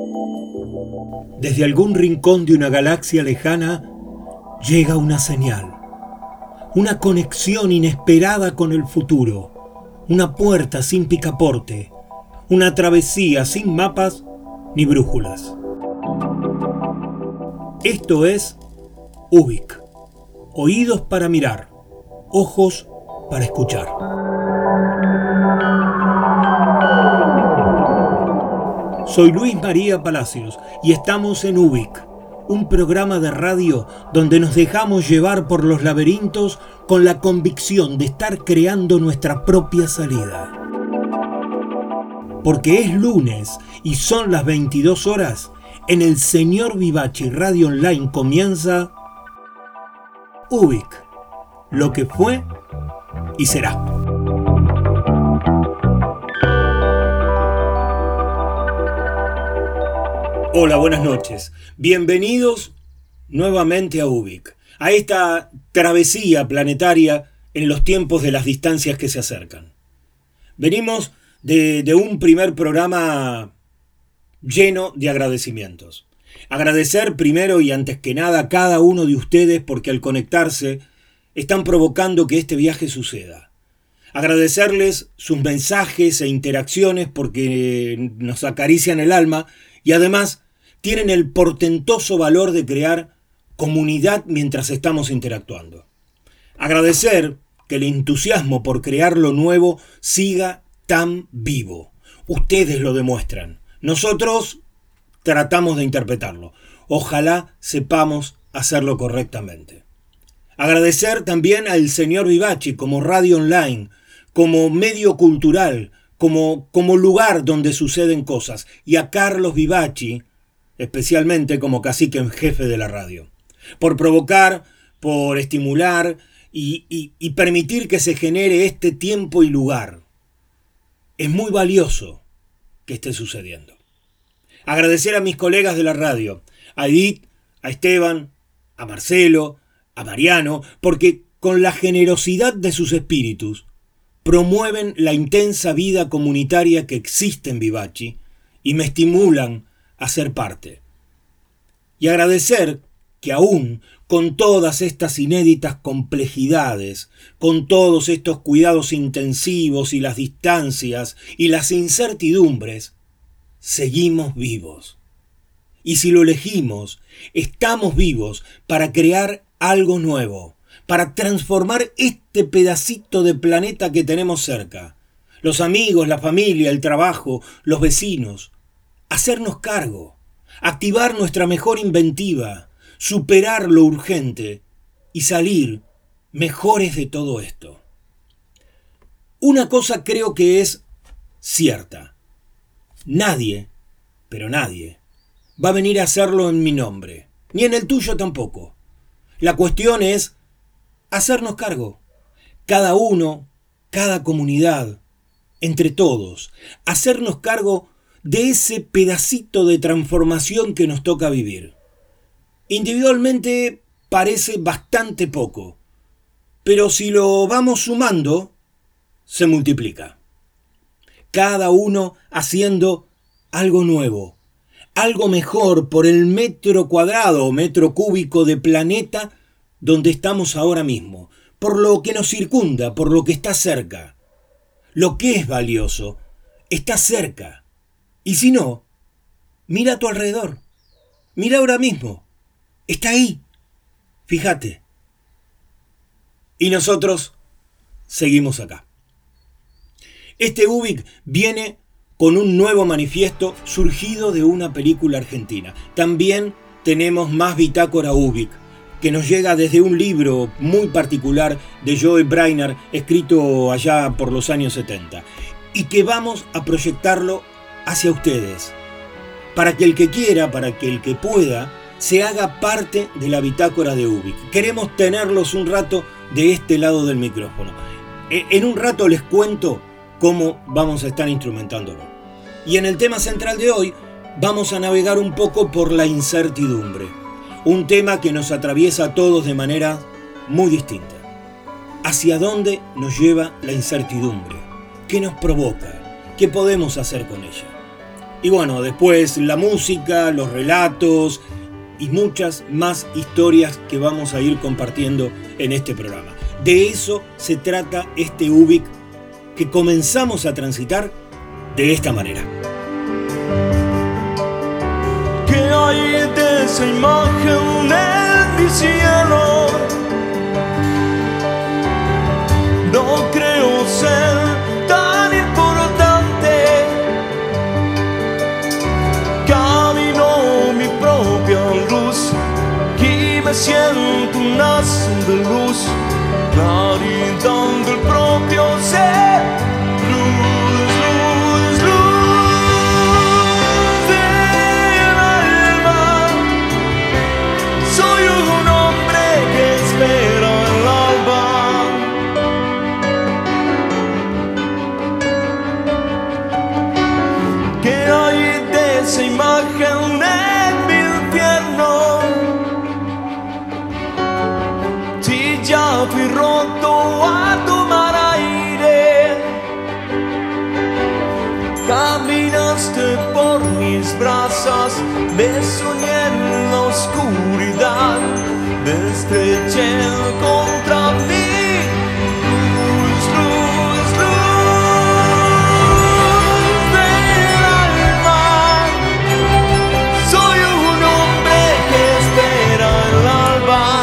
Desde algún rincón de una galaxia lejana llega una señal, una conexión inesperada con el futuro, una puerta sin picaporte, una travesía sin mapas ni brújulas. Esto es Ubik, oídos para mirar, ojos para escuchar. Soy Luis María Palacios y estamos en Ubik, un programa de radio donde nos dejamos llevar por los laberintos con la convicción de estar creando nuestra propia salida. Porque es lunes y son las 22 horas, en el Señor Vivachi Radio Online comienza Ubik, lo que fue y será. Hola, buenas noches. Bienvenidos nuevamente a Ubik, a esta travesía planetaria en los tiempos de las distancias que se acercan. Venimos de un primer programa lleno de agradecimientos. Agradecer primero y antes que nada a cada uno de ustedes porque al conectarse están provocando que este viaje suceda. Agradecerles sus mensajes e interacciones porque nos acarician el alma y además tienen el portentoso valor de crear comunidad mientras estamos interactuando. Agradecer que el entusiasmo por crear lo nuevo siga tan vivo. Ustedes lo demuestran. Nosotros tratamos de interpretarlo. Ojalá sepamos hacerlo correctamente. Agradecer también al Señor Vivachi como radio online, como medio cultural, como lugar donde suceden cosas, y a Carlos Vivachi, especialmente como cacique en jefe de la radio, por provocar, por estimular y permitir que se genere este tiempo y lugar. Es muy valioso que esté sucediendo. Agradecer a mis colegas de la radio, a Edith, a Esteban, a Marcelo, a Mariano, porque con la generosidad de sus espíritus promueven la intensa vida comunitaria que existe en Vivachi y me estimulan a ser parte. Y agradecer que aún con todas estas inéditas complejidades, con todos estos cuidados intensivos y las distancias y las incertidumbres, seguimos vivos. Y si lo elegimos, estamos vivos para crear algo nuevo, para transformar este pedacito de planeta que tenemos cerca. Los amigos, la familia, el trabajo, los vecinos. Hacernos cargo, activar nuestra mejor inventiva, superar lo urgente y salir mejores de todo esto. Una cosa creo que es cierta. Nadie, pero nadie, va a venir a hacerlo en mi nombre, ni en el tuyo tampoco. La cuestión es hacernos cargo, cada uno, cada comunidad, entre todos, hacernos cargo de ese pedacito de transformación que nos toca vivir. Individualmente parece bastante poco, pero si lo vamos sumando, se multiplica. Cada uno haciendo algo nuevo, algo mejor por el metro cuadrado o metro cúbico de planeta donde estamos ahora mismo, por lo que nos circunda, por lo que está cerca. Lo que es valioso está cerca. Y si no, mira a tu alrededor. Mira ahora mismo. Está ahí. Fíjate. Y nosotros seguimos acá. Este Ubik viene con un nuevo manifiesto surgido de una película argentina. También tenemos más bitácora Ubik, que nos llega desde un libro muy particular de Joe Brainerd, escrito allá por los años 70, y que vamos a proyectarlo hacia ustedes, para que el que quiera, para que el que pueda, se haga parte de la bitácora de Ubik. Queremos tenerlos un rato de este lado del micrófono. En un rato les cuento cómo vamos a estar instrumentándolo. Y en el tema central de hoy vamos a navegar un poco por la incertidumbre, un tema que nos atraviesa a todos de manera muy distinta. ¿Hacia dónde nos lleva la incertidumbre? ¿Qué nos provoca? ¿Qué podemos hacer con ella? Y bueno, después la música, los relatos y muchas más historias que vamos a ir compartiendo en este programa. De eso se trata este Ubik que comenzamos a transitar de esta manera. ¿Qué hay de esa imagen en mi cielo? No creo ser tan importante. Camino mi propia luz y me siento un haz de luz, claridad del propio ser. Luz, luz, luz del alma. Soy un hombre que espera el alba. ¿Qué hay de esa imagen en mi infierno? Si ya fui roto a tomar aire, caminaste por mis brazos, me soñé en la oscuridad, me estreché contra mí. Luz, luz, luz del alma. Soy un hombre que espera el alba.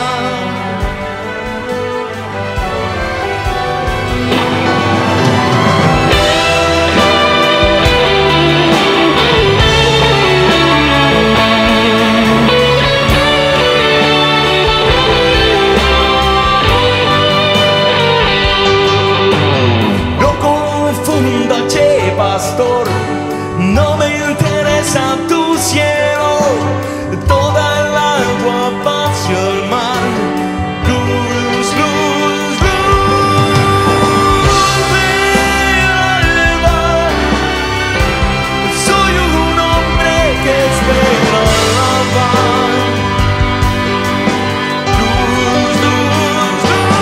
Pastor, no me interesa tu cielo, toda el agua hacia el mar. Luz, luz, luz del alba. Soy un hombre que espera el alba. Luz, luz,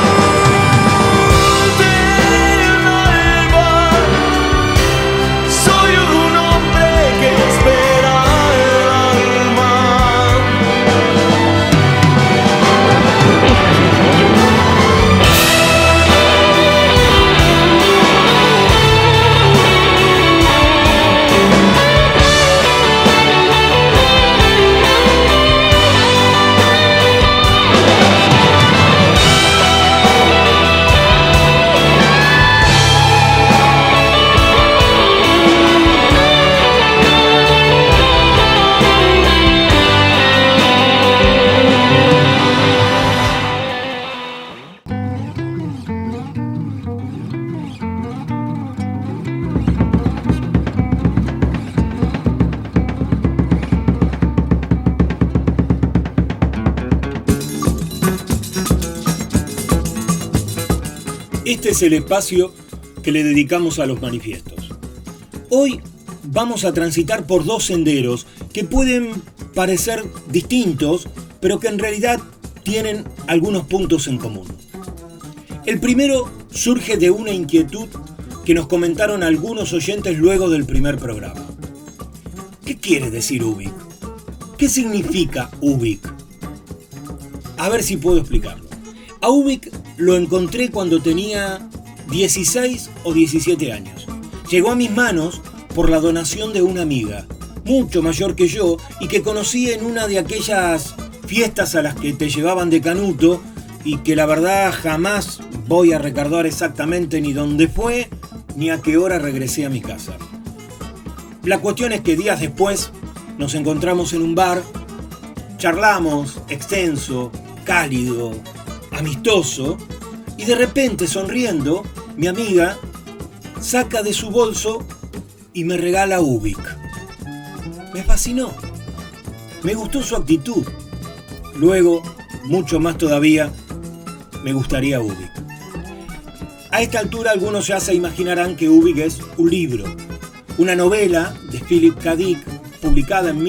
luz del alba. Soy un hombre que espera el alma. Este es el espacio que le dedicamos a los manifiestos. Hoy vamos a transitar por dos senderos que pueden parecer distintos, pero que en realidad tienen algunos puntos en común. El primero surge de una inquietud que nos comentaron algunos oyentes luego del primer programa. ¿Qué quiere decir Ubik? ¿Qué significa Ubik? A ver si puedo explicarlo. A Ubik lo encontré cuando tenía 16 o 17 años. Llegó a mis manos por la donación de una amiga, mucho mayor que yo, y que conocí en una de aquellas fiestas a las que te llevaban de canuto y que la verdad jamás voy a recordar exactamente ni dónde fue ni a qué hora regresé a mi casa. La cuestión es que días después nos encontramos en un bar, charlamos extenso, cálido, amistoso, y de repente, sonriendo, mi amiga saca de su bolso y me regala Ubik. Me fascinó, me gustó su actitud. Luego, mucho más todavía, me gustaría Ubik. A esta altura algunos ya se imaginarán que Ubik es un libro, una novela de Philip K. Dick, publicada en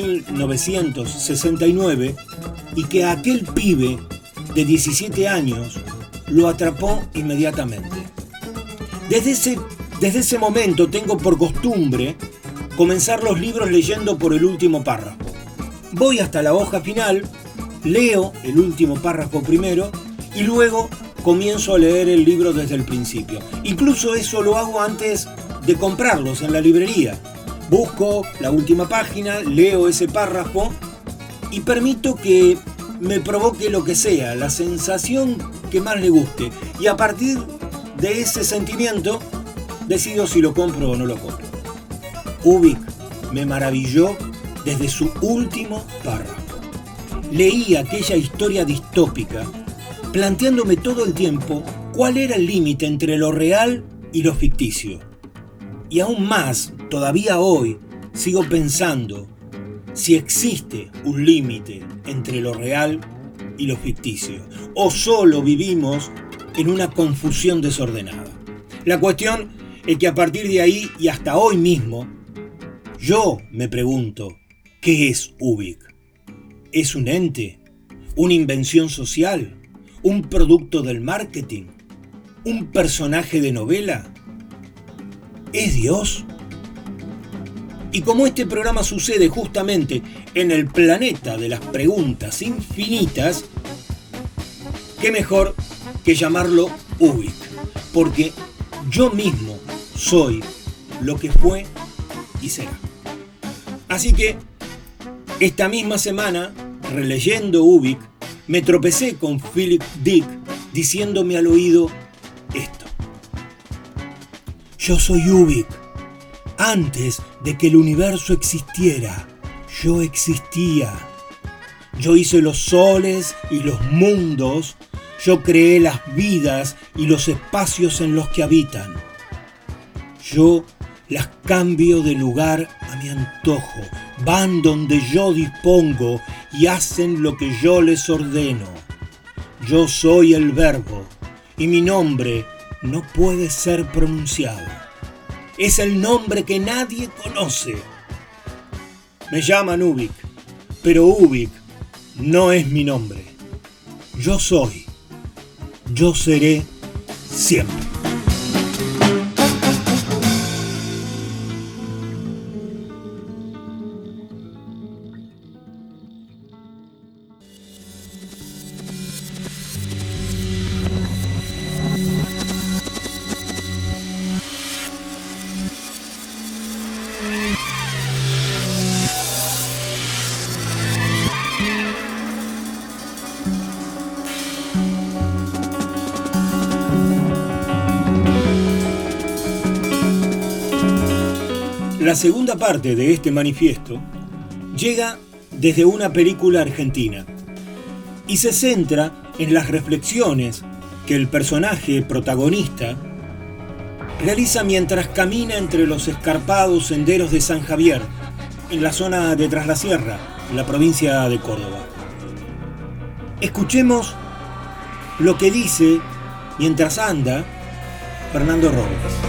1969, y que a aquel pibe de 17 años lo atrapó inmediatamente. Desde ese momento tengo por costumbre comenzar los libros leyendo por el último párrafo. Voy hasta la hoja final, leo el último párrafo primero y luego comienzo a leer el libro desde el principio. Incluso eso lo hago antes de comprarlos en la librería. Busco la última página, leo ese párrafo y permito que me provoque lo que sea, la sensación que más le guste. Y a partir de ese sentimiento decido si lo compro o no lo compro. Ubik me maravilló desde su último párrafo. Leí aquella historia distópica planteándome todo el tiempo cuál era el límite entre lo real y lo ficticio. Y aún más, todavía hoy, sigo pensando si existe un límite entre lo real y lo ficticio, o solo vivimos en una confusión desordenada. La cuestión es que a partir de ahí y hasta hoy mismo, yo me pregunto, ¿qué es Ubik? ¿Es un ente? ¿Una invención social? ¿Un producto del marketing? ¿Un personaje de novela? ¿Es Dios? Y como este programa sucede justamente en el planeta de las preguntas infinitas, qué mejor que llamarlo Ubik, porque yo mismo soy lo que fue y será. Así que esta misma semana, releyendo Ubik, me tropecé con Philip Dick diciéndome al oído esto: yo soy Ubik. Antes de que el universo existiera, yo existía. Yo hice los soles y los mundos. Yo creé las vidas y los espacios en los que habitan. Yo las cambio de lugar a mi antojo. Van donde yo dispongo y hacen lo que yo les ordeno. Yo soy el verbo y mi nombre no puede ser pronunciado. Es el nombre que nadie conoce. Me llaman Ubik, pero Ubik no es mi nombre. Yo soy. Yo seré siempre. La segunda parte de este manifiesto llega desde una película argentina y se centra en las reflexiones que el personaje protagonista realiza mientras camina entre los escarpados senderos de San Javier, en la zona de Tras la Sierra, en la provincia de Córdoba. Escuchemos lo que dice mientras anda Fernando Robles.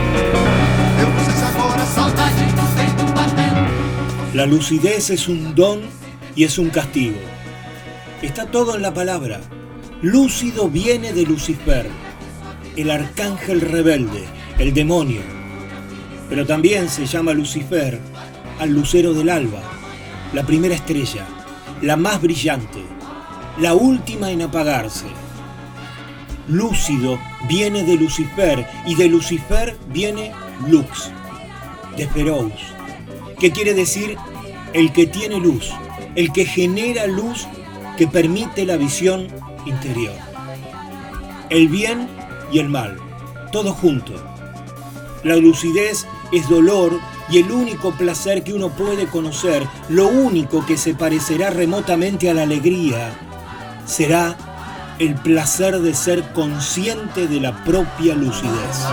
La lucidez es un don y es un castigo. Está todo en la palabra. Lúcido viene de Lucifer, el arcángel rebelde, el demonio. Pero también se llama Lucifer al lucero del alba, la primera estrella, la más brillante, la última en apagarse. Lúcido viene de Lucifer y de Lucifer viene Lux, de Feroz, que quiere decir el que tiene luz, el que genera luz que permite la visión interior. El bien y el mal, todo junto. La lucidez es dolor y el único placer que uno puede conocer, lo único que se parecerá remotamente a la alegría, será el placer de ser consciente de la propia lucidez.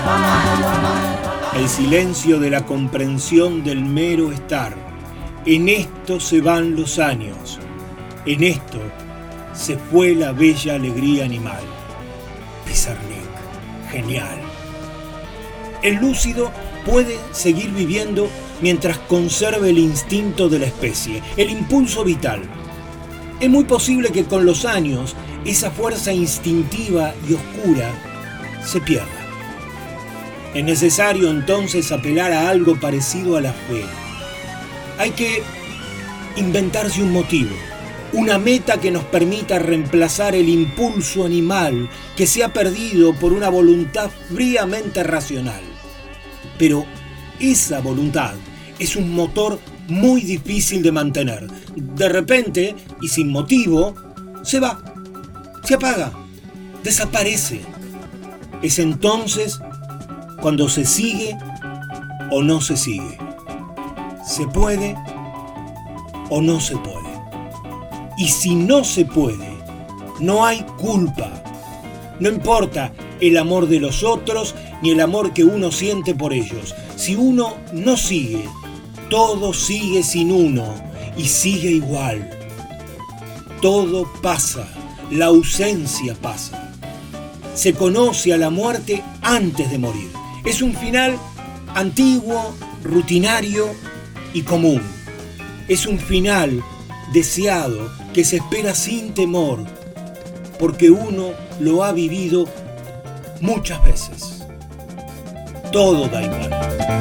El silencio de la comprensión del mero estar. En esto se van los años. En esto se fue la bella alegría animal. Pizarnik, genial. El lúcido puede seguir viviendo mientras conserve el instinto de la especie, el impulso vital. Es muy posible que con los años esa fuerza instintiva y oscura se pierda. Es necesario entonces apelar a algo parecido a la fe. Hay que inventarse un motivo, una meta que nos permita reemplazar el impulso animal que se ha perdido por una voluntad fríamente racional. Pero esa voluntad es un motor muy difícil de mantener. De repente, y sin motivo, se va, se apaga, desaparece. Es entonces cuando se sigue o no se sigue. Se puede o no se puede. Y si no se puede, no hay culpa. No importa el amor de los otros ni el amor que uno siente por ellos. Si uno no sigue, todo sigue sin uno y sigue igual. Todo pasa, la ausencia pasa. Se conoce a la muerte antes de morir. Es un final antiguo, rutinario y común. Es un final deseado que se espera sin temor, porque uno lo ha vivido muchas veces. Todo da igual.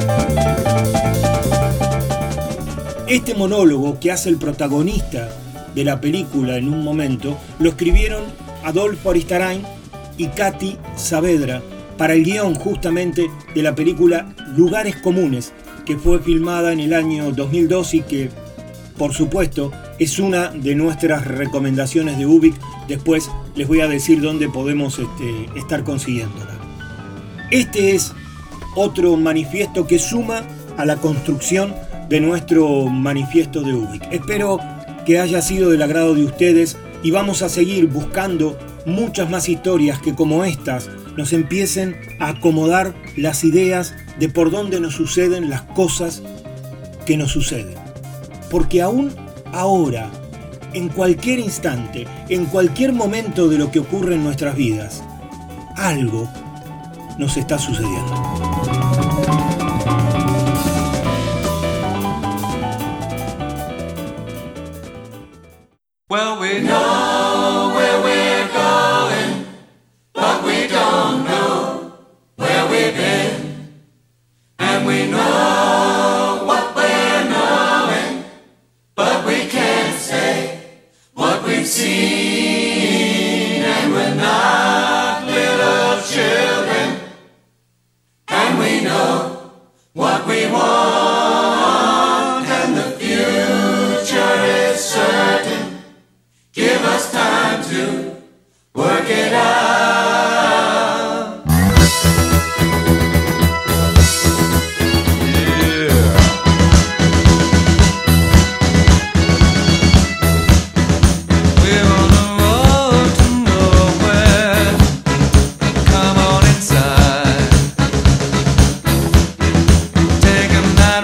Este monólogo que hace el protagonista de la película en un momento, lo escribieron Adolfo Aristarain y Katy Saavedra para el guión justamente de la película Lugares Comunes, que fue filmada en el año 2002 y que, por supuesto, es una de nuestras recomendaciones de Ubik. Después les voy a decir dónde podemos estar consiguiéndola. Este es otro manifiesto que suma a la construcción de nuestro manifiesto de Ubik. Espero que haya sido del agrado de ustedes y vamos a seguir buscando muchas más historias que, como estas, nos empiecen a acomodar las ideas de por dónde nos suceden las cosas que nos suceden. Porque aún ahora, en cualquier instante, en cualquier momento de lo que ocurre en nuestras vidas, algo nos está sucediendo. Well, we know where we're going, but we don't know where we've been. And we know what we're knowing, but we can't say what we've seen. And we're not little children, and we know what we want, and the future is certain. Give us time to work it out. Yeah. We're on the road to nowhere. Come on inside. Take a night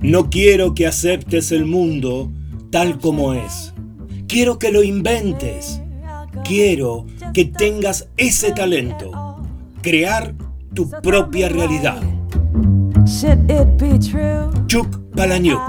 No quiero que aceptes el mundo tal como es. Quiero que lo inventes. Quiero que tengas ese talento. Crear tu propia realidad. Chuck Palahniuk.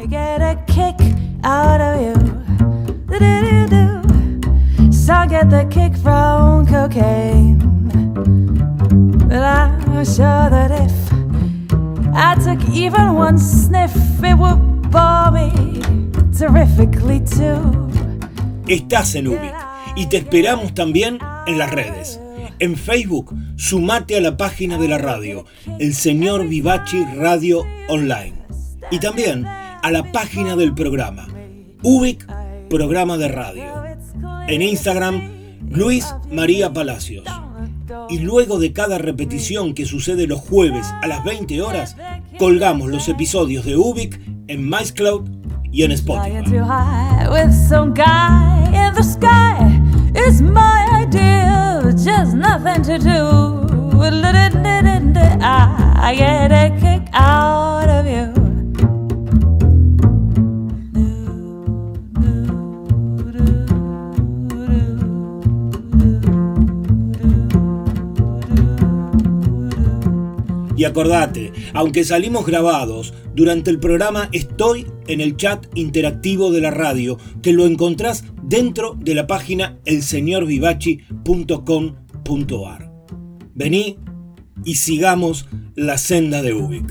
Some get the kick from cocaine, but I'm sure that if I took even one sniff, it would bore me terrifically too. Estás en Ubik y te esperamos también en las redes. En Facebook, sumate a la página de la radio, El Señor Vivachi Radio Online. Y también a la página del programa, Ubik Programa de Radio. En Instagram, Luis María Palacios. Y luego de cada repetición que sucede los jueves a las 20 horas, colgamos los episodios de Ubik en MyScloud y en Spotify. Y acordate, aunque salimos grabados, durante el programa estoy en el chat interactivo de la radio, que lo encontrás dentro de la página elseñorvivachi.com.ar. Vení y sigamos la senda de Ubik.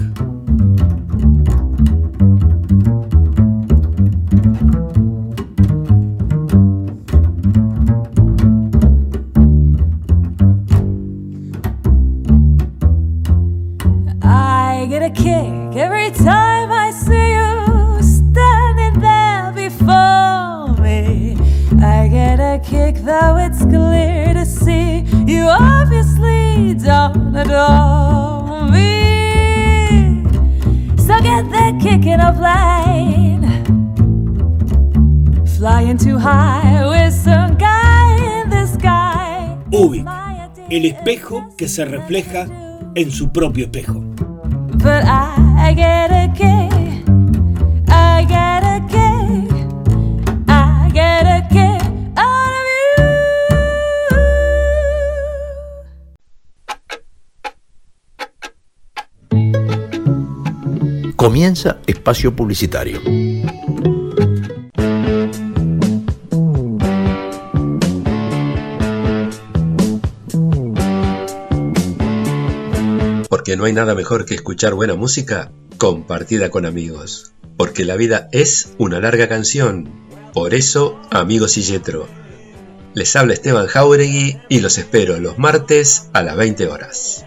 I get a kick every time I see you standing there before me. I get a kick though it's clear to see you obviously don't adore me. So get that kick in a plane, flying too high with some guy in the sky. Ubik, el espejo que se refleja en su propio espejo. But I get a kick, I get a kick, I get a kick out of you. Comienza espacio publicitario. Porque no hay nada mejor que escuchar buena música compartida con amigos. Porque la vida es una larga canción. Por eso, Amigos y Yetro. Les habla Esteban Jauregui y los espero los martes a las 20 horas.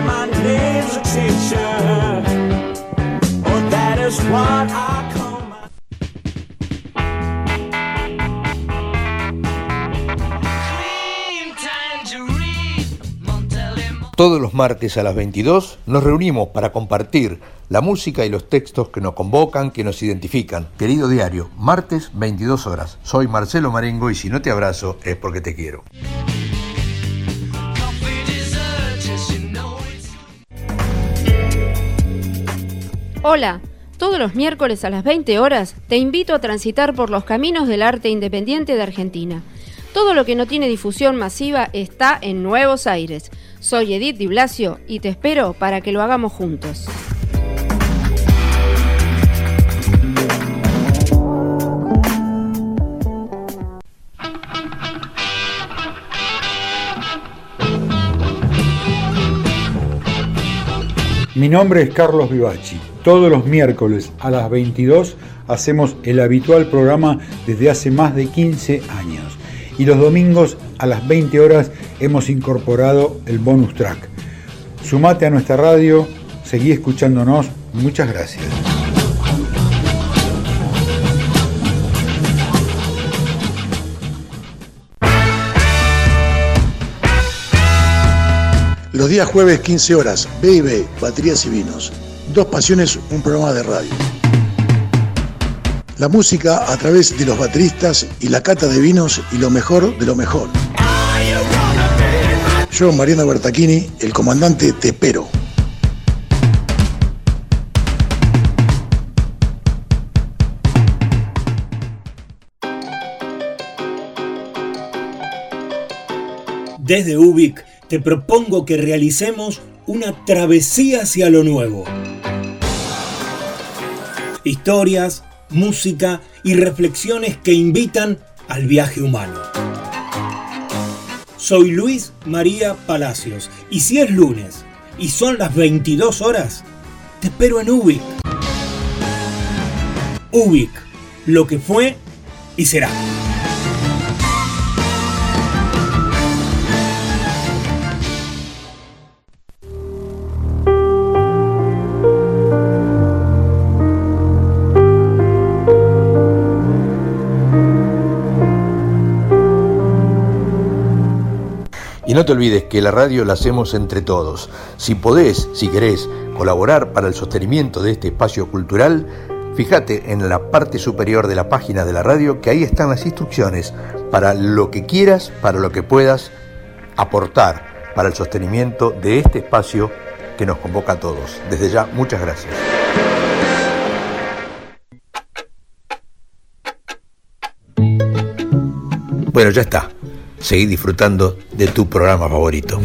Todos los martes a las 22 nos reunimos para compartir la música y los textos que nos convocan, que nos identifican. Querido diario, martes 22 horas. Soy Marcelo Marengo y si no te abrazo es porque te quiero. Hola, todos los miércoles a las 20 horas te invito a transitar por los caminos del arte independiente de Argentina. Todo lo que no tiene difusión masiva está en Nuevos Aires. Soy Edith Di Blasio y te espero para que lo hagamos juntos. Mi nombre es Carlos Vivachi. Todos los miércoles a las 22 hacemos el habitual programa desde hace más de 15 años. Y los domingos a las 20 horas hemos incorporado el bonus track. Sumate a nuestra radio, seguí escuchándonos. Muchas gracias. Los días jueves 15 horas, B&B, Baterías y Vinos. Dos pasiones, un programa de radio. La música a través de los bateristas y la cata de vinos y lo mejor de lo mejor. Yo, Mariano Bertacchini, el comandante Tepero. Desde Ubik te propongo que realicemos una travesía hacia lo nuevo. Historias, música y reflexiones que invitan al viaje humano. Soy Luis María Palacios y si es lunes y son las 22 horas, te espero en Ubik. Ubik, lo que fue y será. Y no te olvides que la radio la hacemos entre todos. Si podés, si querés, colaborar para el sostenimiento de este espacio cultural, fíjate en la parte superior de la página de la radio que ahí están las instrucciones para lo que quieras, para lo que puedas aportar para el sostenimiento de este espacio que nos convoca a todos. Desde ya, muchas gracias. Bueno, ya está. Seguí disfrutando de tu programa favorito.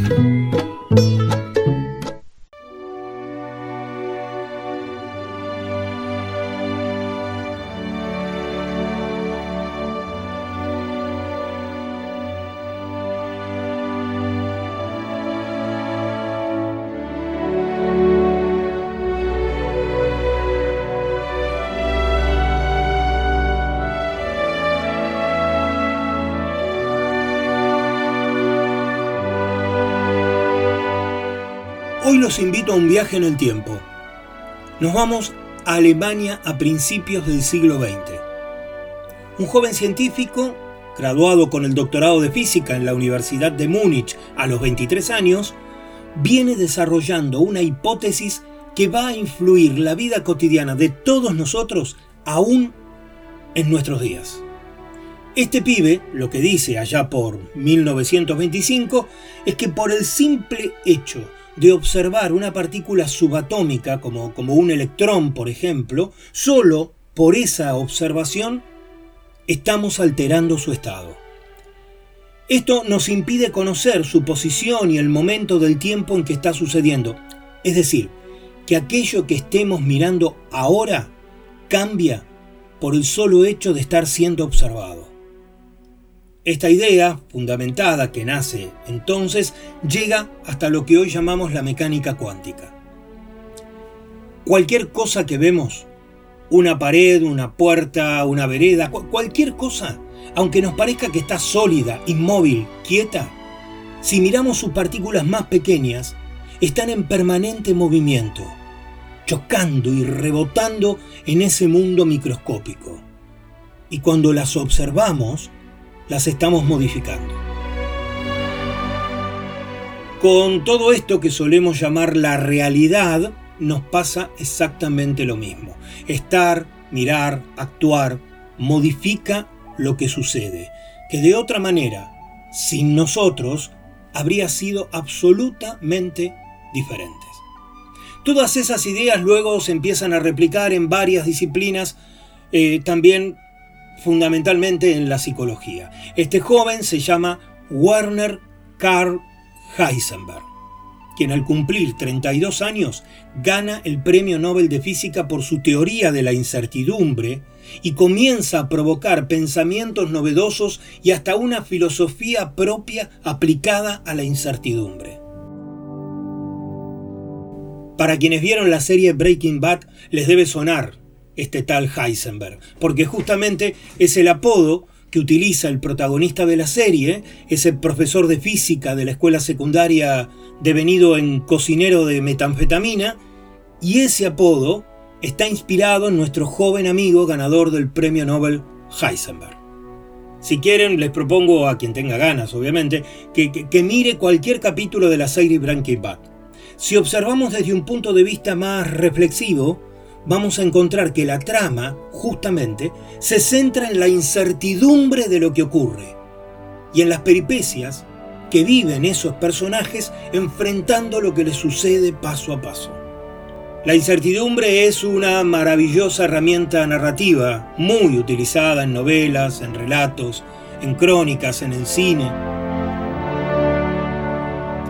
Hoy los invito a un viaje en el tiempo. Nos vamos a Alemania a principios del siglo XX. Un joven científico, graduado con el doctorado de física en la Universidad de Múnich a los 23 años, viene desarrollando una hipótesis que va a influir la vida cotidiana de todos nosotros aún en nuestros días. Este pibe, lo que dice allá por 1925, es que por el simple hecho de observar una partícula subatómica como un electrón, por ejemplo, solo por esa observación estamos alterando su estado. Esto nos impide conocer su posición y el momento del tiempo en que está sucediendo. Es decir, que aquello que estemos mirando ahora cambia por el solo hecho de estar siendo observado. Esta idea, fundamentada, que nace entonces, llega hasta lo que hoy llamamos la mecánica cuántica. Cualquier cosa que vemos, una pared, una puerta, una vereda, cualquier cosa, aunque nos parezca que está sólida, inmóvil, quieta, si miramos sus partículas más pequeñas, están en permanente movimiento, chocando y rebotando en ese mundo microscópico. Y cuando las observamos, las estamos modificando. Con todo esto que solemos llamar la realidad, nos pasa exactamente lo mismo. Estar, mirar, actuar, modifica lo que sucede, que de otra manera, sin nosotros, habría sido absolutamente diferentes. Todas esas ideas luego se empiezan a replicar en varias disciplinas, también fundamentalmente en la psicología. Este joven se llama Werner Karl Heisenberg, quien al cumplir 32 años gana el Premio Nobel de Física por su teoría de la incertidumbre y comienza a provocar pensamientos novedosos y hasta una filosofía propia aplicada a la incertidumbre. Para quienes vieron la serie Breaking Bad, les debe sonar este tal Heisenberg, porque justamente es el apodo que utiliza el protagonista de la serie, ese profesor de física de la escuela secundaria devenido en cocinero de metanfetamina, y ese apodo está inspirado en nuestro joven amigo ganador del Premio Nobel, Heisenberg. Si quieren, les propongo, a quien tenga ganas, obviamente, que mire cualquier capítulo de la serie Breaking Bad. Si observamos desde un punto de vista más reflexivo, vamos a encontrar que la trama, justamente, se centra en la incertidumbre de lo que ocurre y en las peripecias que viven esos personajes enfrentando lo que les sucede paso a paso. La incertidumbre es una maravillosa herramienta narrativa, muy utilizada en novelas, en relatos, en crónicas, en el cine.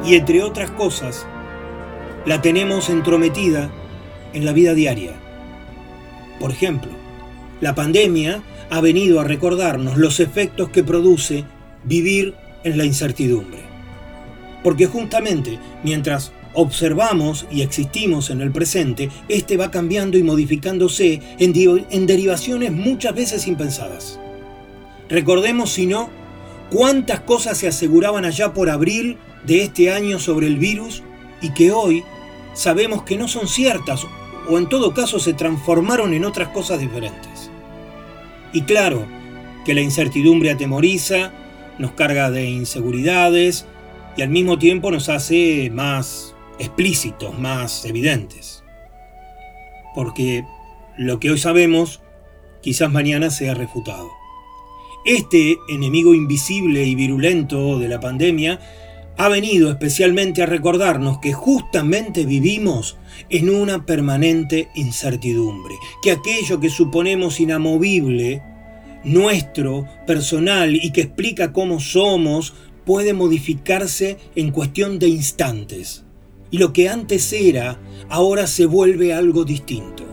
y entre otras cosas, la tenemos entrometida en la vida diaria. Por ejemplo, la pandemia ha venido a recordarnos los efectos que produce vivir en la incertidumbre. Porque justamente mientras observamos y existimos en el presente, este va cambiando y modificándose en derivaciones muchas veces impensadas. Recordemos, si no, cuántas cosas se aseguraban allá por abril de este año sobre el virus y que hoy sabemos que no son ciertas o en todo caso se transformaron en otras cosas diferentes. Y claro, que la incertidumbre atemoriza, nos carga de inseguridades y al mismo tiempo nos hace más explícitos, más evidentes. Porque lo que hoy sabemos, quizás mañana sea refutado. Este enemigo invisible y virulento de la pandemia ha venido especialmente a recordarnos que justamente vivimos en una permanente incertidumbre, que aquello que suponemos inamovible, nuestro, personal y que explica cómo somos, puede modificarse en cuestión de instantes. Y lo que antes era, ahora se vuelve algo distinto.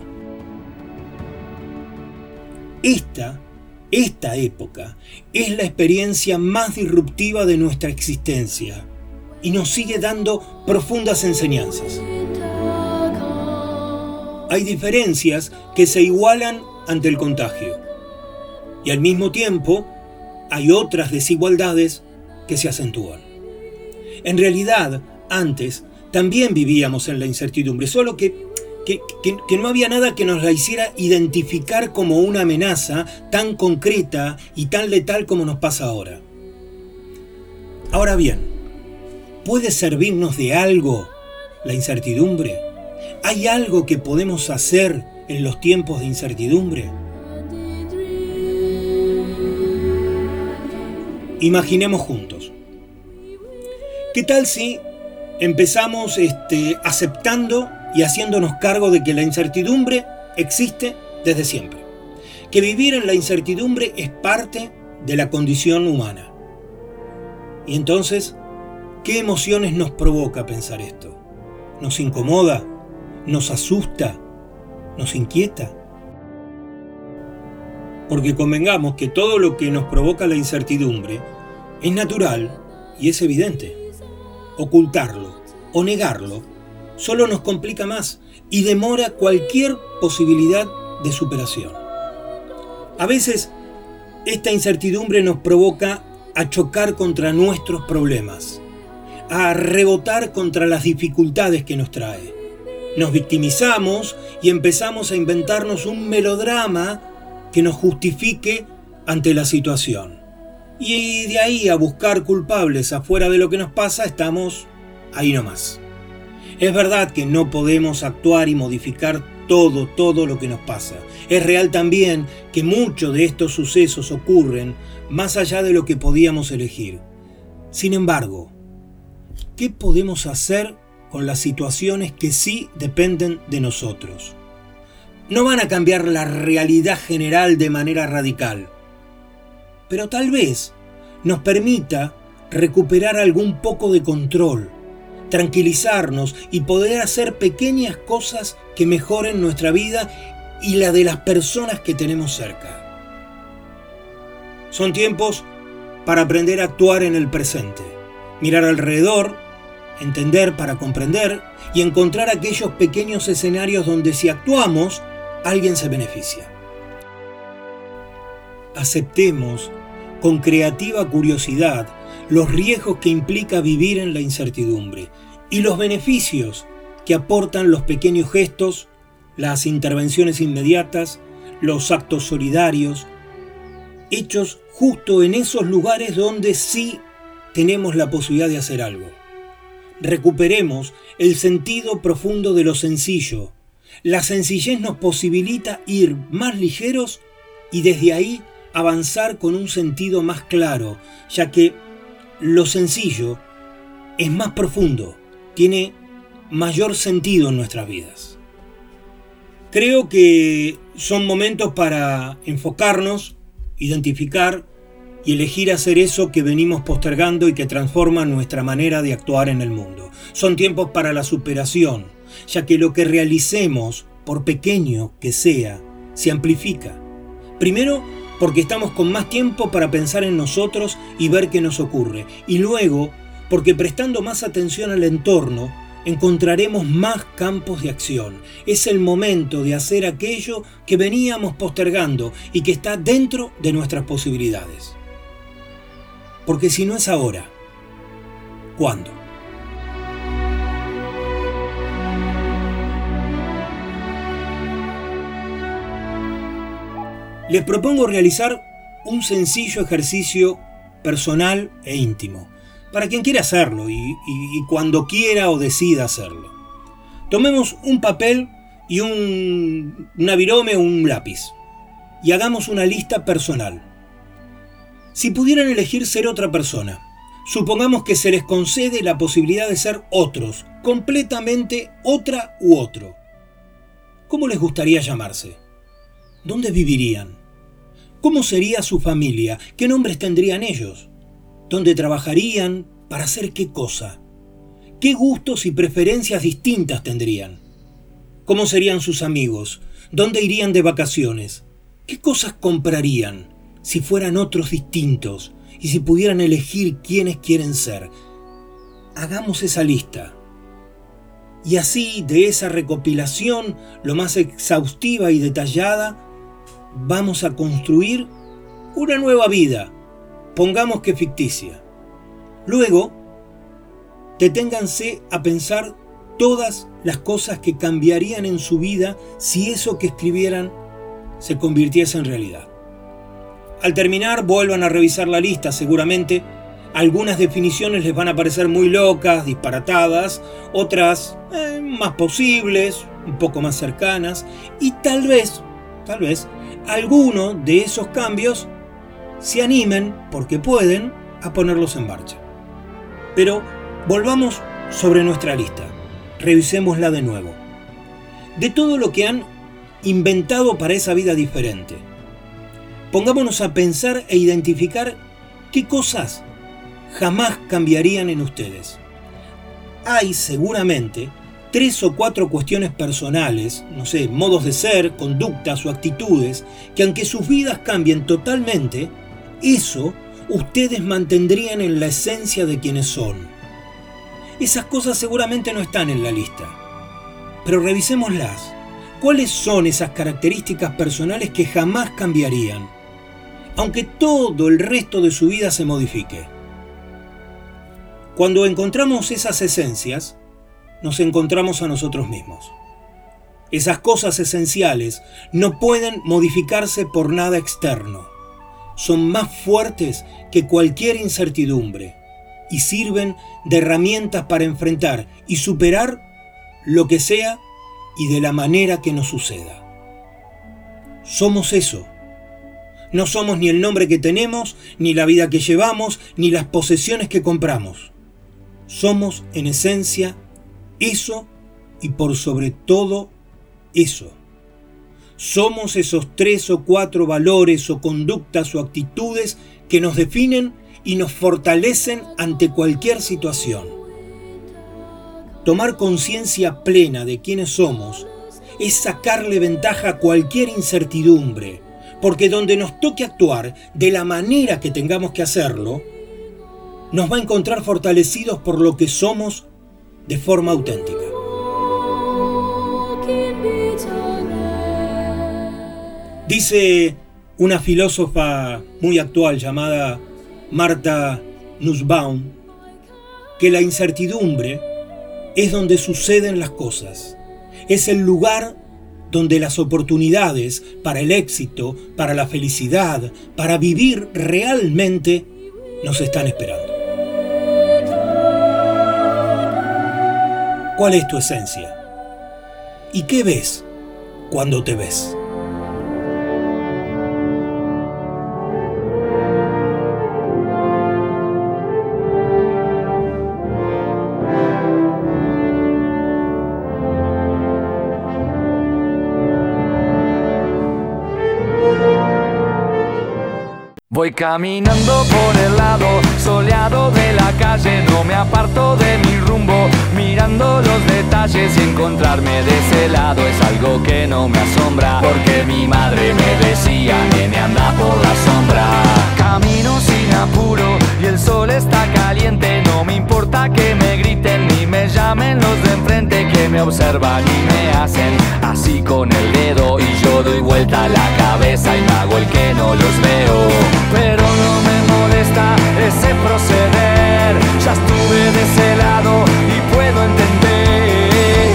Esta época es la experiencia más disruptiva de nuestra existencia y nos sigue dando profundas enseñanzas. Hay diferencias que se igualan ante el contagio y al mismo tiempo hay otras desigualdades que se acentúan. En realidad, antes también vivíamos en la incertidumbre, solo que no había nada que nos la hiciera identificar como una amenaza tan concreta y tan letal como nos pasa ahora. Ahora bien, ¿puede servirnos de algo la incertidumbre? ¿Hay algo que podemos hacer en los tiempos de incertidumbre? Imaginemos juntos. ¿Qué tal si empezamos aceptando y haciéndonos cargo de que la incertidumbre existe desde siempre? Que vivir en la incertidumbre es parte de la condición humana. Y entonces, ¿qué emociones nos provoca pensar esto? ¿Nos incomoda? ¿Nos asusta? ¿Nos inquieta? Porque convengamos que todo lo que nos provoca la incertidumbre es natural y es evidente. Ocultarlo o negarlo solo nos complica más y demora cualquier posibilidad de superación. A veces, esta incertidumbre nos provoca a chocar contra nuestros problemas, a rebotar contra las dificultades que nos trae. Nos victimizamos y empezamos a inventarnos un melodrama que nos justifique ante la situación. Y de ahí a buscar culpables afuera de lo que nos pasa, estamos ahí nomás. Es verdad que no podemos actuar y modificar todo lo que nos pasa. Es real también que muchos de estos sucesos ocurren más allá de lo que podíamos elegir. Sin embargo, ¿qué podemos hacer con las situaciones que sí dependen de nosotros? No van a cambiar la realidad general de manera radical, pero tal vez nos permita recuperar algún poco de control, tranquilizarnos y poder hacer pequeñas cosas que mejoren nuestra vida y la de las personas que tenemos cerca. Son tiempos para aprender a actuar en el presente, mirar alrededor, entender para comprender y encontrar aquellos pequeños escenarios donde si actuamos, alguien se beneficia. Aceptemos con creativa curiosidad los riesgos que implica vivir en la incertidumbre y los beneficios que aportan los pequeños gestos, las intervenciones inmediatas, los actos solidarios, hechos justo en esos lugares donde sí tenemos la posibilidad de hacer algo. Recuperemos el sentido profundo de lo sencillo. La sencillez nos posibilita ir más ligeros y desde ahí avanzar con un sentido más claro, ya que lo sencillo es más profundo, tiene mayor sentido en nuestras vidas. Creo que son momentos para enfocarnos, identificar y elegir hacer eso que venimos postergando y que transforma nuestra manera de actuar en el mundo. Son tiempos para la superación, ya que lo que realicemos, por pequeño que sea, se amplifica. Primero, porque estamos con más tiempo para pensar en nosotros y ver qué nos ocurre. Y luego, porque prestando más atención al entorno, encontraremos más campos de acción. Es el momento de hacer aquello que veníamos postergando y que está dentro de nuestras posibilidades. Porque si no es ahora, ¿cuándo? Les propongo realizar un sencillo ejercicio personal e íntimo, para quien quiera hacerlo y cuando quiera o decida hacerlo. Tomemos un papel y una virome o un lápiz y hagamos una lista personal. Si pudieran elegir ser otra persona, supongamos que se les concede la posibilidad de ser otros, completamente otra u otro. ¿Cómo les gustaría llamarse? ¿Dónde vivirían? ¿Cómo sería su familia? ¿Qué nombres tendrían ellos? ¿Dónde trabajarían? ¿Para hacer qué cosa? ¿Qué gustos y preferencias distintas tendrían? ¿Cómo serían sus amigos? ¿Dónde irían de vacaciones? ¿Qué cosas comprarían si fueran otros distintos y si pudieran elegir quiénes quieren ser? Hagamos esa lista. Y así, de esa recopilación, lo más exhaustiva y detallada, vamos a construir una nueva vida, pongamos que ficticia. Luego, deténganse a pensar todas las cosas que cambiarían en su vida si eso que escribieran se convirtiese en realidad. Al terminar, vuelvan a revisar la lista. Seguramente algunas definiciones les van a parecer muy locas, disparatadas, otras más posibles, un poco más cercanas, y tal vez, alguno de esos cambios se animen, porque pueden, a ponerlos en marcha. Pero volvamos sobre nuestra lista, revisémosla de nuevo. De todo lo que han inventado para esa vida diferente, pongámonos a pensar e identificar qué cosas jamás cambiarían en ustedes. Hay seguramente 3 o 4 cuestiones personales, modos de ser, conductas o actitudes, que aunque sus vidas cambien totalmente, eso ustedes mantendrían en la esencia de quienes son. Esas cosas seguramente no están en la lista, pero revisémoslas. ¿Cuáles son esas características personales que jamás cambiarían, aunque todo el resto de su vida se modifique? Cuando encontramos esas esencias, nos encontramos a nosotros mismos. Esas cosas esenciales no pueden modificarse por nada externo. Son más fuertes que cualquier incertidumbre y sirven de herramientas para enfrentar y superar lo que sea y de la manera que nos suceda. Somos eso. No somos ni el nombre que tenemos, ni la vida que llevamos, ni las posesiones que compramos. Somos, en esencia, eso y por sobre todo eso. Somos esos 3 o 4 valores o conductas o actitudes que nos definen y nos fortalecen ante cualquier situación. Tomar conciencia plena de quiénes somos es sacarle ventaja a cualquier incertidumbre, porque donde nos toque actuar de la manera que tengamos que hacerlo, nos va a encontrar fortalecidos por lo que somos de forma auténtica. Dice una filósofa muy actual llamada Martha Nussbaum que la incertidumbre es donde suceden las cosas. Es el lugar donde las oportunidades para el éxito, para la felicidad, para vivir realmente nos están esperando. ¿Cuál es tu esencia? ¿Y qué ves cuando te ves? Voy caminando por el lado soleado de la calle, no me aparto de mi rumbo, mirando los detalles y encontrarme de ese lado es algo que no me asombra, porque mi madre me decía, nene, anda por la sombra. Camino sin apuro y el sol está caliente, no me importa que me griten ni me llamen los de enfrente, que me observan y me hacen así con el dedo, y yo doy vuelta la cabeza y me hago el que no los veo. Pero no me molesta ese proceder, ya estuve de ese lado y puedo entender.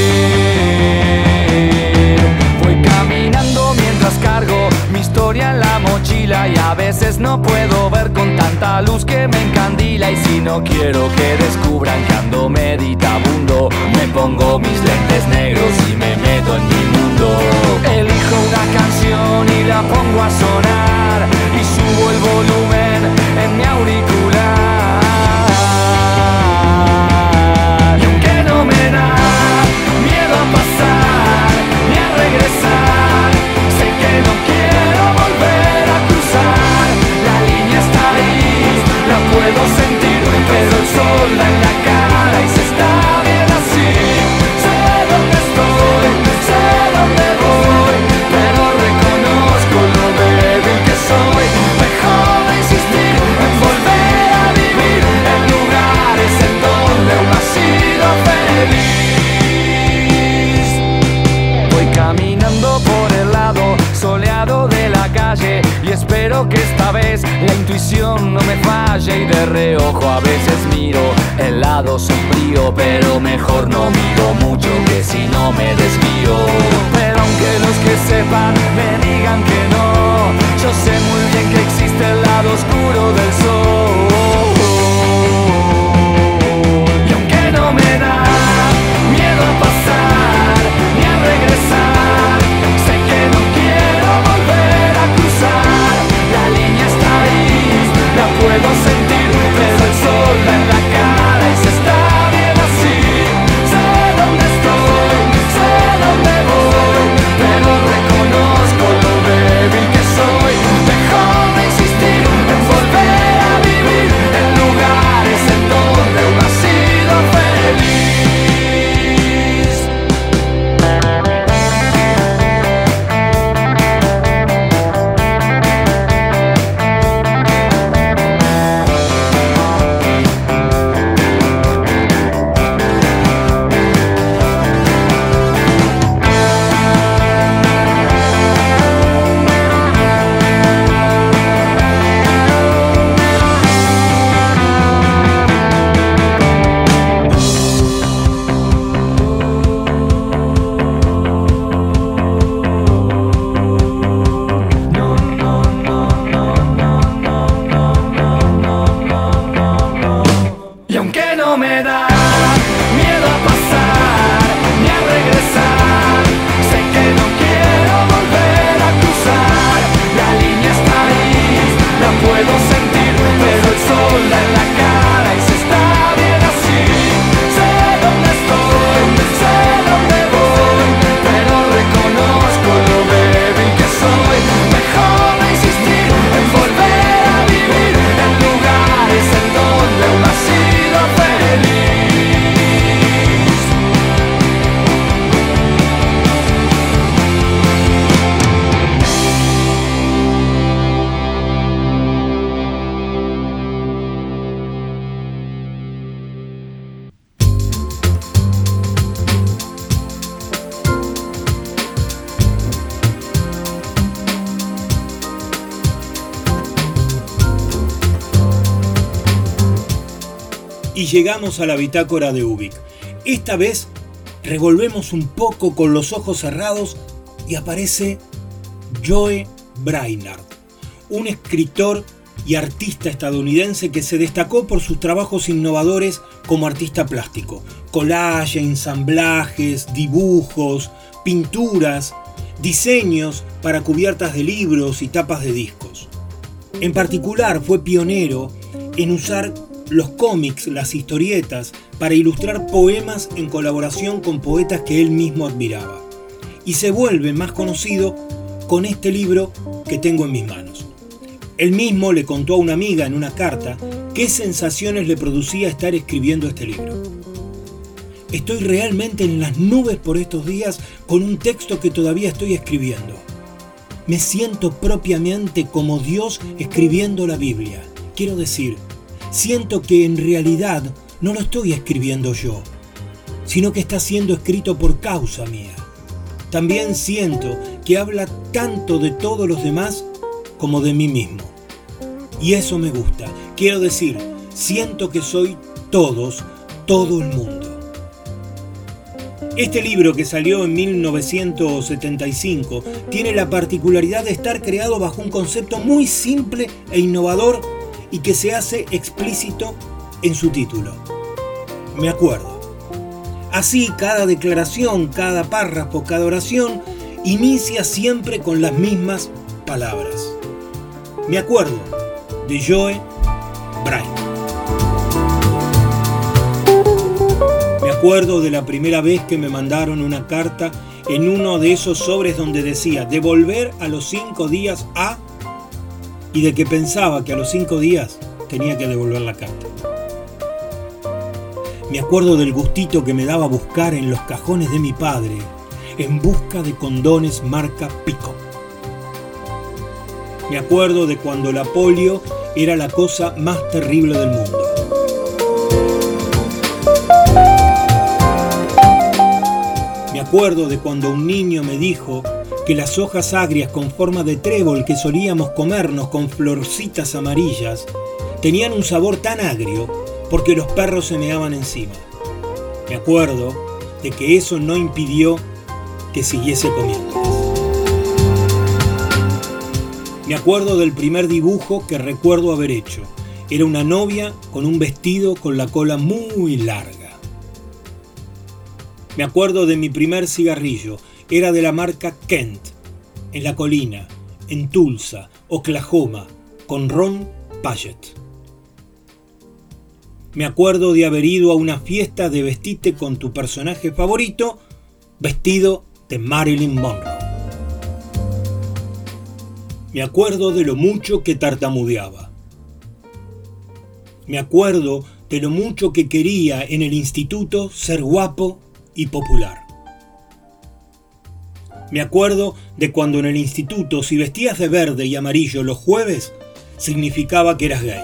Voy caminando mientras cargo mi historia en la mochila, y a veces no puedo ver con tanta luz que me encandila, y si no quiero que descubran que ando meditabundo, me pongo mis lentes negros y me meto en mi mundo. Elijo una canción y la pongo a sonar, y subo el volumen en mi auricular. Y aunque no me da miedo a pasar ni a regresar, sé que no quiero volver a cruzar. La línea está ahí, la puedo sentir, pero el sol da en la cara y se está bien así. Sé dónde estoy, sé dónde voy, pero reconozco lo débil que soy. Mejor insistir en volver a vivir en lugares en donde aún ha sido feliz. Voy caminando por el lado soleado de la calle, y espero que esta vez la intuición no me falle, y de reojo a veces miro el lado sombrío, pero mejor no miro mucho, que si no me desvío. Pero aunque los que sepan me digan que no, yo sé muy bien que existe el lado oscuro del sol. Y aunque no me da miedo a pasar ni a regresar, sé que no quiero volver a cruzar. La línea está ahí, la puedo sentir, pero el sol da en la cara y se está bien así. Sé dónde estoy, sé dónde voy, pero reconozco lo débil que soy. Mejor insistir en volver a vivir en lugares en donde aún ha sido feliz. Y aunque no me da miedo a pasar ni a regresar, sé que no quiero volver a cruzar. La línea está ahí, la puedo sentir, pero el sol da en la cara y se está bien así. Sé dónde estoy, sé dónde voy, pero reconozco lo débil que soy. Mejor insistir en volver a vivir en lugares en donde aún ha sido feliz. Y llegamos a la bitácora de Ubik. Esta vez revolvemos un poco con los ojos cerrados y aparece Joe Brainard, un escritor y artista estadounidense que se destacó por sus trabajos innovadores como artista plástico. Collage, ensamblajes, dibujos, pinturas, diseños para cubiertas de libros y tapas de discos. En particular fue pionero en usar los cómics, las historietas, para ilustrar poemas en colaboración con poetas que él mismo admiraba. Y se vuelve más conocido con este libro que tengo en mis manos. Él mismo le contó a una amiga en una carta qué sensaciones le producía estar escribiendo este libro. Estoy realmente en las nubes por estos días con un texto que todavía estoy escribiendo. Me siento propiamente como Dios escribiendo la Biblia. Quiero decir, siento que en realidad no lo estoy escribiendo yo, sino que está siendo escrito por causa mía. También siento que habla tanto de todos los demás como de mí mismo. Y eso me gusta. Quiero decir, siento que soy todos, todo el mundo. Este libro, que salió en 1975, tiene la particularidad de estar creado bajo un concepto muy simple e innovador y que se hace explícito en su título. Me acuerdo. Así, cada declaración, cada párrafo, cada oración inicia siempre con las mismas palabras. Me acuerdo de Joe Bright. Me acuerdo de la primera vez que me mandaron una carta en uno de esos sobres donde decía devolver a los 5 días a... y de que pensaba que a los 5 días tenía que devolver la carta. Me acuerdo del gustito que me daba buscar en los cajones de mi padre en busca de condones marca Pico. Me acuerdo de cuando la polio era la cosa más terrible del mundo. Me acuerdo de cuando un niño me dijo que las hojas agrias con forma de trébol que solíamos comernos con florcitas amarillas tenían un sabor tan agrio porque los perros se meaban encima. Me acuerdo de que eso no impidió que siguiese comiéndolas. Me acuerdo del primer dibujo que recuerdo haber hecho. Era una novia con un vestido con la cola muy larga. Me acuerdo de mi primer cigarrillo. Era de la marca Kent, en la colina, en Tulsa, Oklahoma, con Ron Paget. Me acuerdo de haber ido a una fiesta de vestirte con tu personaje favorito, vestido de Marilyn Monroe. Me acuerdo de lo mucho que tartamudeaba. Me acuerdo de lo mucho que quería en el instituto ser guapo y popular. Me acuerdo de cuando en el instituto, si vestías de verde y amarillo los jueves, significaba que eras gay.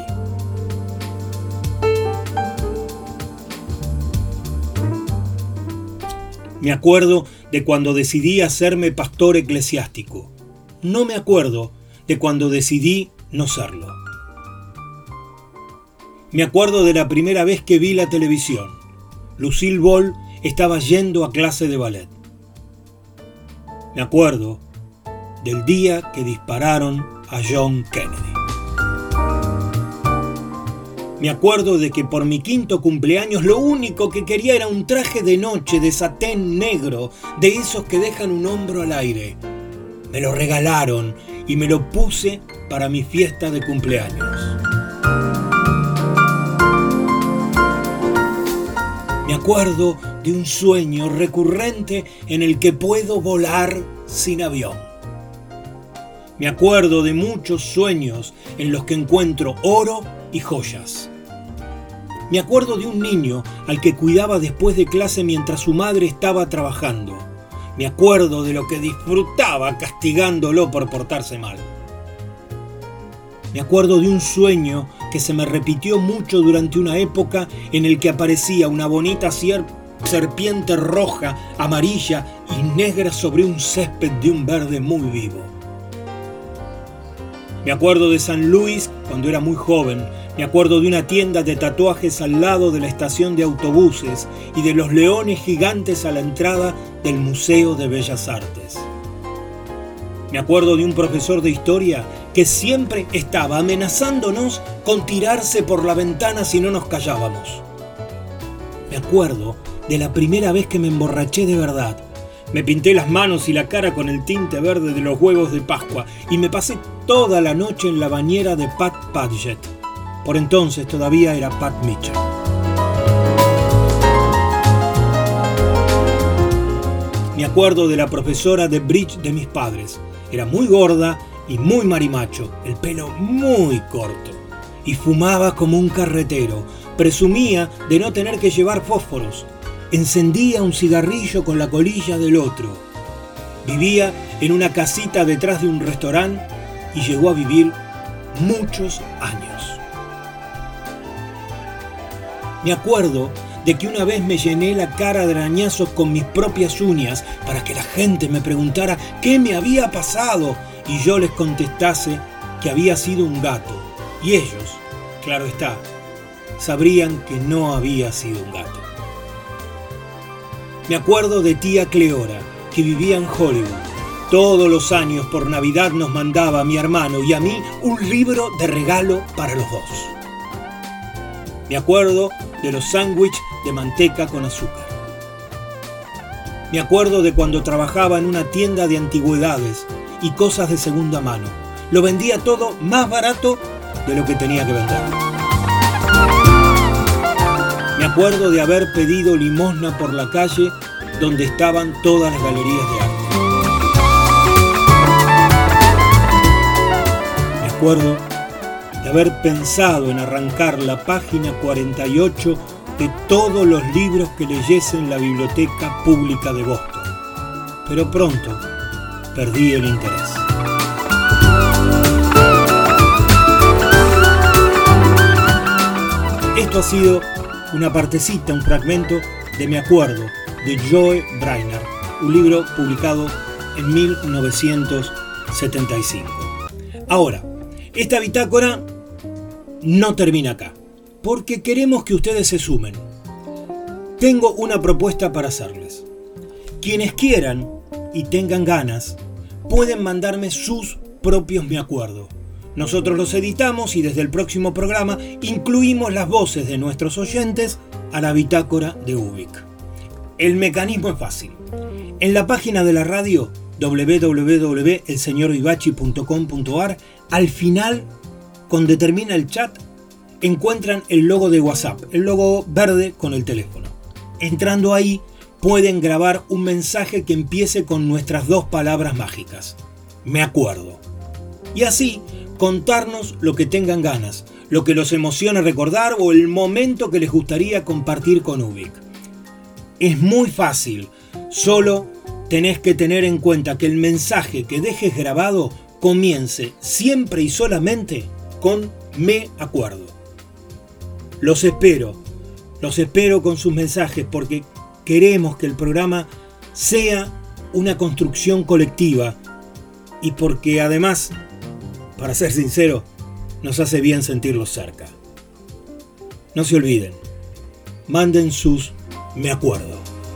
Me acuerdo de cuando decidí hacerme pastor eclesiástico. No me acuerdo de cuando decidí no serlo. Me acuerdo de la primera vez que vi la televisión. Lucille Ball estaba yendo a clase de ballet. Me acuerdo del día que dispararon a John Kennedy. Me acuerdo de que por mi 5º cumpleaños lo único que quería era un traje de noche de satén negro, de esos que dejan un hombro al aire. Me lo regalaron y me lo puse para mi fiesta de cumpleaños. Me acuerdo de un sueño recurrente en el que puedo volar sin avión. Me acuerdo de muchos sueños en los que encuentro oro y joyas. Me acuerdo de un niño al que cuidaba después de clase mientras su madre estaba trabajando. Me acuerdo de lo que disfrutaba castigándolo por portarse mal. Me acuerdo de un sueño que se me repitió mucho durante una época en el que aparecía una bonita serpiente roja, amarilla y negra sobre un césped de un verde muy vivo. Me acuerdo de San Luis cuando era muy joven. Me acuerdo de una tienda de tatuajes al lado de la estación de autobuses y de los leones gigantes a la entrada del Museo de Bellas Artes. Me acuerdo de un profesor de historia que siempre estaba amenazándonos con tirarse por la ventana si no nos callábamos. Me acuerdo de la primera vez que me emborraché de verdad. Me pinté las manos y la cara con el tinte verde de los huevos de Pascua y me pasé toda la noche en la bañera de Pat Paget. Por entonces todavía era Pat Mitchell. Me acuerdo de la profesora de bridge de mis padres. Era muy gorda y muy marimacho, el pelo muy corto, y fumaba como un carretero. Presumía de no tener que llevar fósforos. Encendía un cigarrillo con la colilla del otro. Vivía en una casita detrás de un restaurante y llegó a vivir muchos años. Me acuerdo de que una vez me llené la cara de arañazos con mis propias uñas para que la gente me preguntara qué me había pasado y yo les contestase que había sido un gato. Y ellos, claro está, sabrían que no había sido un gato. Me acuerdo de tía Cleora, que vivía en Hollywood. Todos los años por Navidad nos mandaba a mi hermano y a mí un libro de regalo para los dos. Me acuerdo de los sándwiches de manteca con azúcar. Me acuerdo de cuando trabajaba en una tienda de antigüedades y cosas de segunda mano. Lo vendía todo más barato de lo que tenía que vender. Me acuerdo de haber pedido limosna por la calle donde estaban todas las galerías de arte. Me acuerdo de haber pensado en arrancar la página 48 de todos los libros que leyese en la Biblioteca Pública de Boston. Pero pronto perdí el interés. Esto ha sido una partecita, un fragmento de Me Acuerdo, de Joe Brainard, un libro publicado en 1975. Ahora, esta bitácora no termina acá, porque queremos que ustedes se sumen. Tengo una propuesta para hacerles. Quienes quieran y tengan ganas, pueden mandarme sus propios Me Acuerdo. Nosotros los editamos y desde el próximo programa incluimos las voces de nuestros oyentes a la bitácora de Ubik. El mecanismo es fácil. En la página de la radio www.elseñorvivachi.com.ar, al final, donde termina el chat, encuentran el logo de WhatsApp, el logo verde con el teléfono. Entrando ahí, pueden grabar un mensaje que empiece con nuestras dos palabras mágicas: Me acuerdo. Y así, contarnos lo que tengan ganas, lo que los emociona recordar o el momento que les gustaría compartir con Ubik. Es muy fácil, solo tenés que tener en cuenta que el mensaje que dejes grabado comience siempre y solamente con Me acuerdo. Los espero con sus mensajes porque queremos que el programa sea una construcción colectiva y porque además, para ser sincero, nos hace bien sentirlos cerca. No se olviden, manden sus Me acuerdo.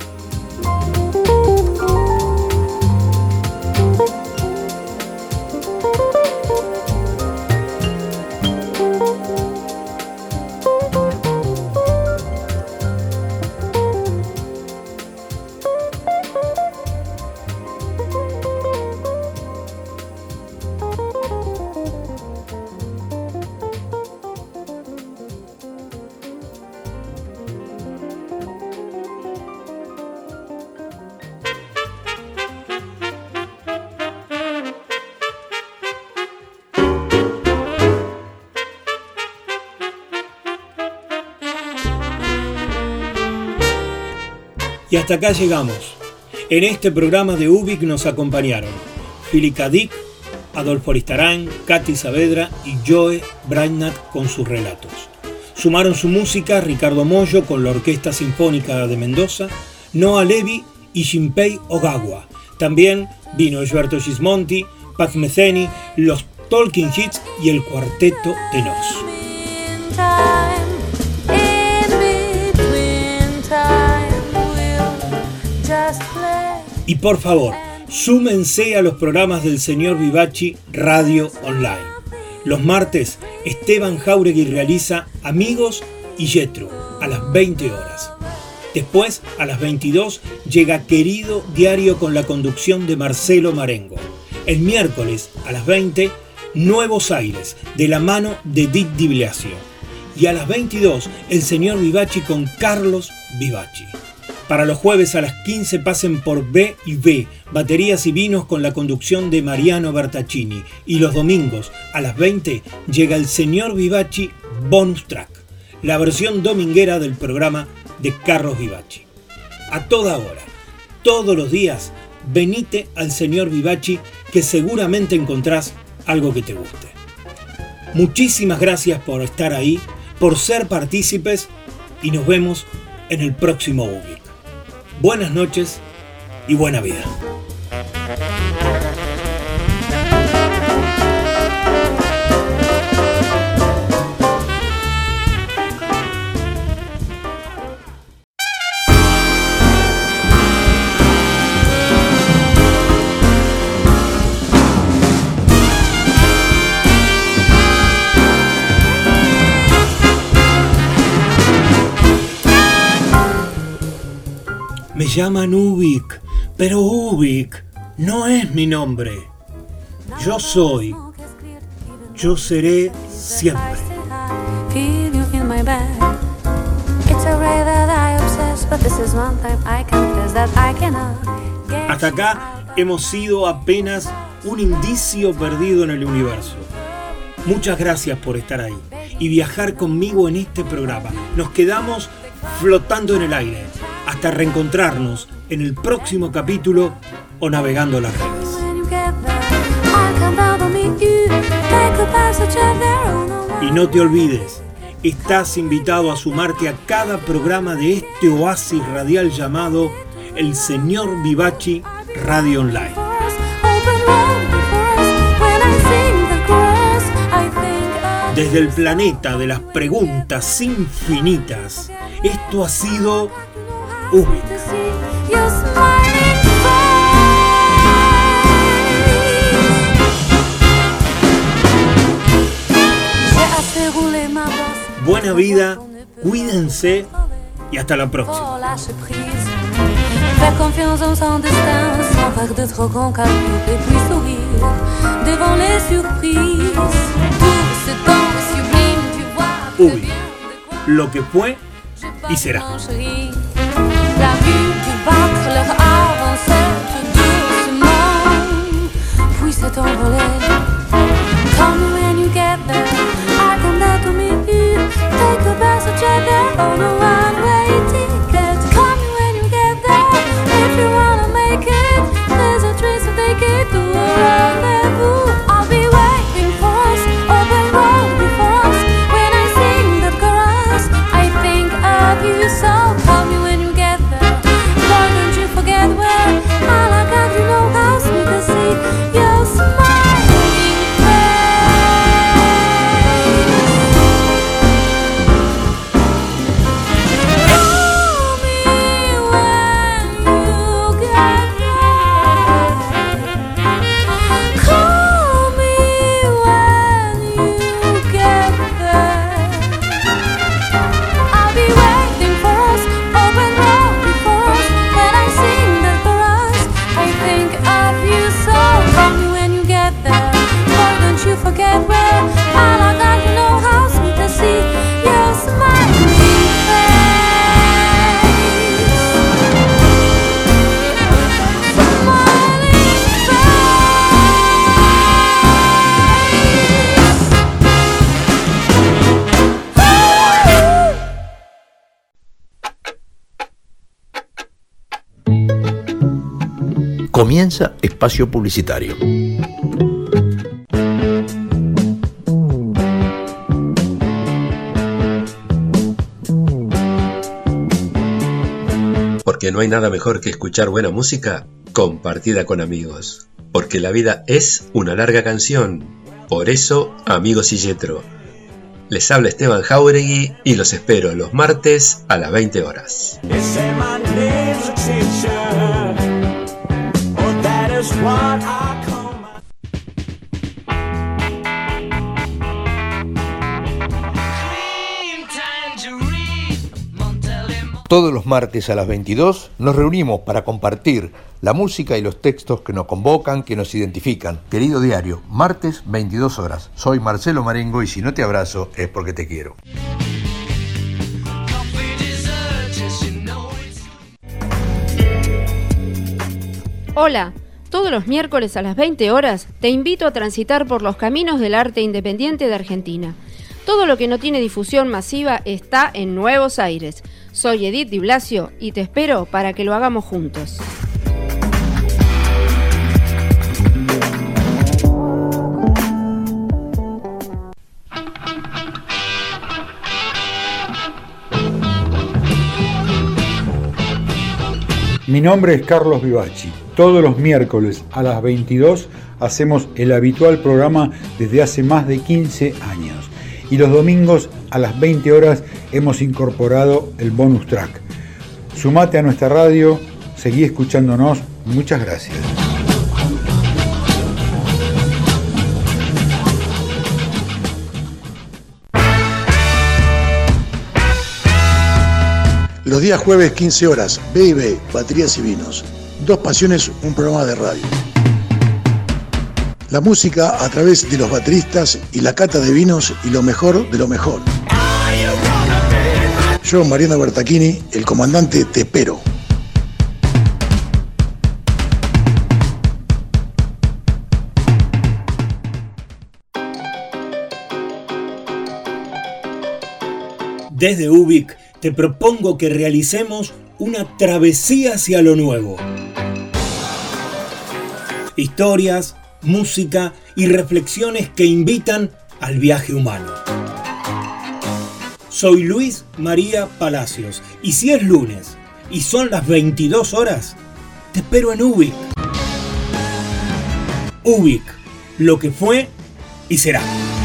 Y hasta acá llegamos. En este programa de Ubik nos acompañaron Philly K. Dick, Adolfo Aristarán, Katy Saavedra y Joe Brainard con sus relatos. Sumaron su música Ricardo Mollo con la Orquesta Sinfónica de Mendoza, Noah Levy y Shinpei Ogawa. También vino Gilberto Gismonti, Pat Metheny, los Talking Heads y el Cuarteto de Nos. Y por favor, súmense a los programas del señor Vivachi Radio Online. Los martes, Esteban Jauregui realiza Amigos y Yetro a las 20 horas. Después, a las 22, llega Querido Diario con la conducción de Marcelo Marengo. El miércoles, a las 20, Nuevos Aires, de la mano de Dick Di Blasio. Y a las 22, el señor Vivachi con Carlos Vivachi. Para los jueves a las 15 pasen por B&B, Baterías y Vinos con la conducción de Mariano Bertaccini. Y los domingos a las 20 llega el Señor Vivachi Bonus Track, la versión dominguera del programa de Carlos Vivachi. A toda hora, todos los días, venite al Señor Vivachi que seguramente encontrás algo que te guste. Muchísimas gracias por estar ahí, por ser partícipes y nos vemos en el próximo UBIC. Buenas noches y buena vida. Me llaman Ubik, pero Ubik no es mi nombre. Yo soy, yo seré siempre. Hasta acá hemos sido apenas un indicio perdido en el universo. Muchas gracias por estar ahí y viajar conmigo en este programa. Nos quedamos flotando en el aire hasta reencontrarnos en el próximo capítulo o navegando las redes. Y no te olvides, estás invitado a sumarte a cada programa de este oasis radial llamado El Señor Vivachi Radio Online. Desde el planeta de las preguntas infinitas, esto ha sido UBIC. Buena vida, cuídense y hasta la próxima. Faire confiance en son destin, sans faire de trop grands calculs et puis sourire devant les surprises. Tout ce temps sublime, tu vois. UBIC, lo que fue y será. La vue du battre leur ancêtre doucement, puis s'est envolée. Call me when you get there, I come down to meet you. Take a bus together on a one-way ticket. Call me when you get there, if you wanna make it. There's a train so take it to a rendezvous. I'll be waiting for us, open road before us. When I sing that chorus, I think of you. So call me when you get there. Boy, don't you forget where Malaga, you know how sweet to see your smiling forget where Malaga, you know how sweet to see your smiling Comienza espacio publicitario. Porque no hay nada mejor que escuchar buena música compartida con amigos. Porque la vida es una larga canción. Por eso, Amigos y Yetro. Les habla Esteban Jauregui y los espero los martes a las 20 horas. Todos los martes a las 22 nos reunimos para compartir la música y los textos que nos convocan, que nos identifican. Querido diario, martes 22 horas. Soy Marcelo Marengo y si no te abrazo es porque te quiero. Hola, todos los miércoles a las 20 horas te invito a transitar por los caminos del arte independiente de Argentina. Todo lo que no tiene difusión masiva está en Nuevos Aires. Soy Edith Di Blasio y te espero para que lo hagamos juntos. Mi nombre es Carlos Vivachi. Todos los miércoles a las 22 hacemos el habitual programa desde hace más de 15 años. Y los domingos a las 20 horas hemos incorporado el bonus track. Sumate a nuestra radio, seguí escuchándonos. Muchas gracias. Los días jueves 15 horas, B&B, Baterías y Vinos. Dos pasiones, un programa de radio. La música a través de los bateristas y la cata de vinos y lo mejor de lo mejor. Yo, Mariano Bertacchini, el comandante, te espero. Desde Ubik te propongo que realicemos una travesía hacia lo nuevo. Historias, música y reflexiones que invitan al viaje humano. Soy Luis María Palacios y si es lunes y son las 22 horas, te espero en Ubik. Ubik, lo que fue y será.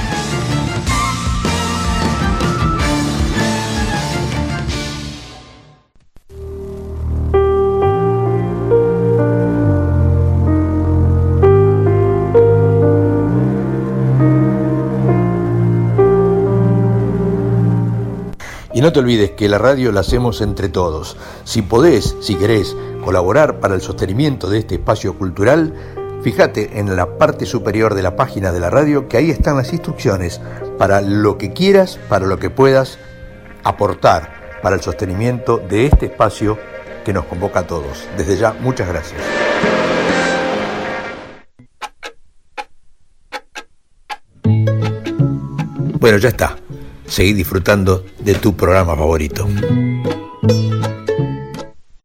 Y no te olvides que la radio la hacemos entre todos. Si podés, si querés, colaborar para el sostenimiento de este espacio cultural, fíjate en la parte superior de la página de la radio que ahí están las instrucciones para lo que quieras, para lo que puedas aportar para el sostenimiento de este espacio que nos convoca a todos. Desde ya, muchas gracias. Bueno, ya está. Seguí disfrutando de tu programa favorito.